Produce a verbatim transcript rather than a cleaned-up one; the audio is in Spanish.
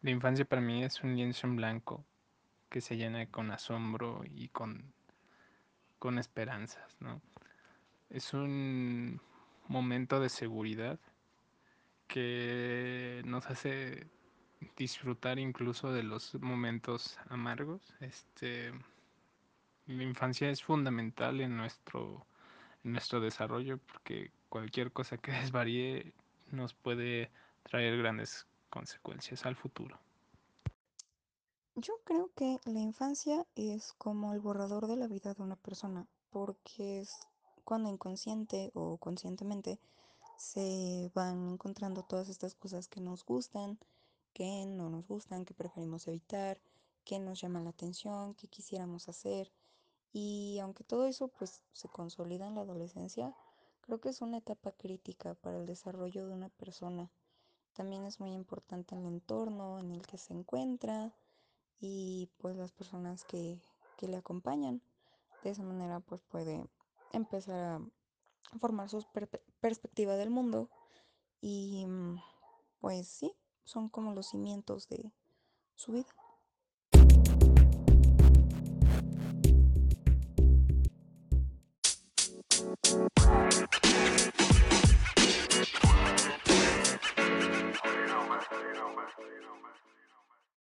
La infancia para mí es un lienzo en blanco que se llena con asombro y con, con esperanzas, ¿no? Es un momento de seguridad que nos hace disfrutar incluso de los momentos amargos. Este, la infancia es fundamental en nuestro, en nuestro desarrollo porque cualquier cosa que desvaríe nos puede traer grandes consecuencias al futuro. Yo creo que la infancia es como el borrador de la vida de una persona, porque es cuando inconsciente o conscientemente se van encontrando todas estas cosas que nos gustan, que no nos gustan, que preferimos evitar, que nos llaman la atención, que quisiéramos hacer. Y aunque todo eso pues se consolida en la adolescencia, creo que es una etapa crítica para el desarrollo de una persona. También es muy importante el entorno en el que se encuentra y pues las personas que, que le acompañan. De esa manera pues puede empezar a formar su per- perspectiva del mundo y mm, pues sí, son como los cimientos de su vida.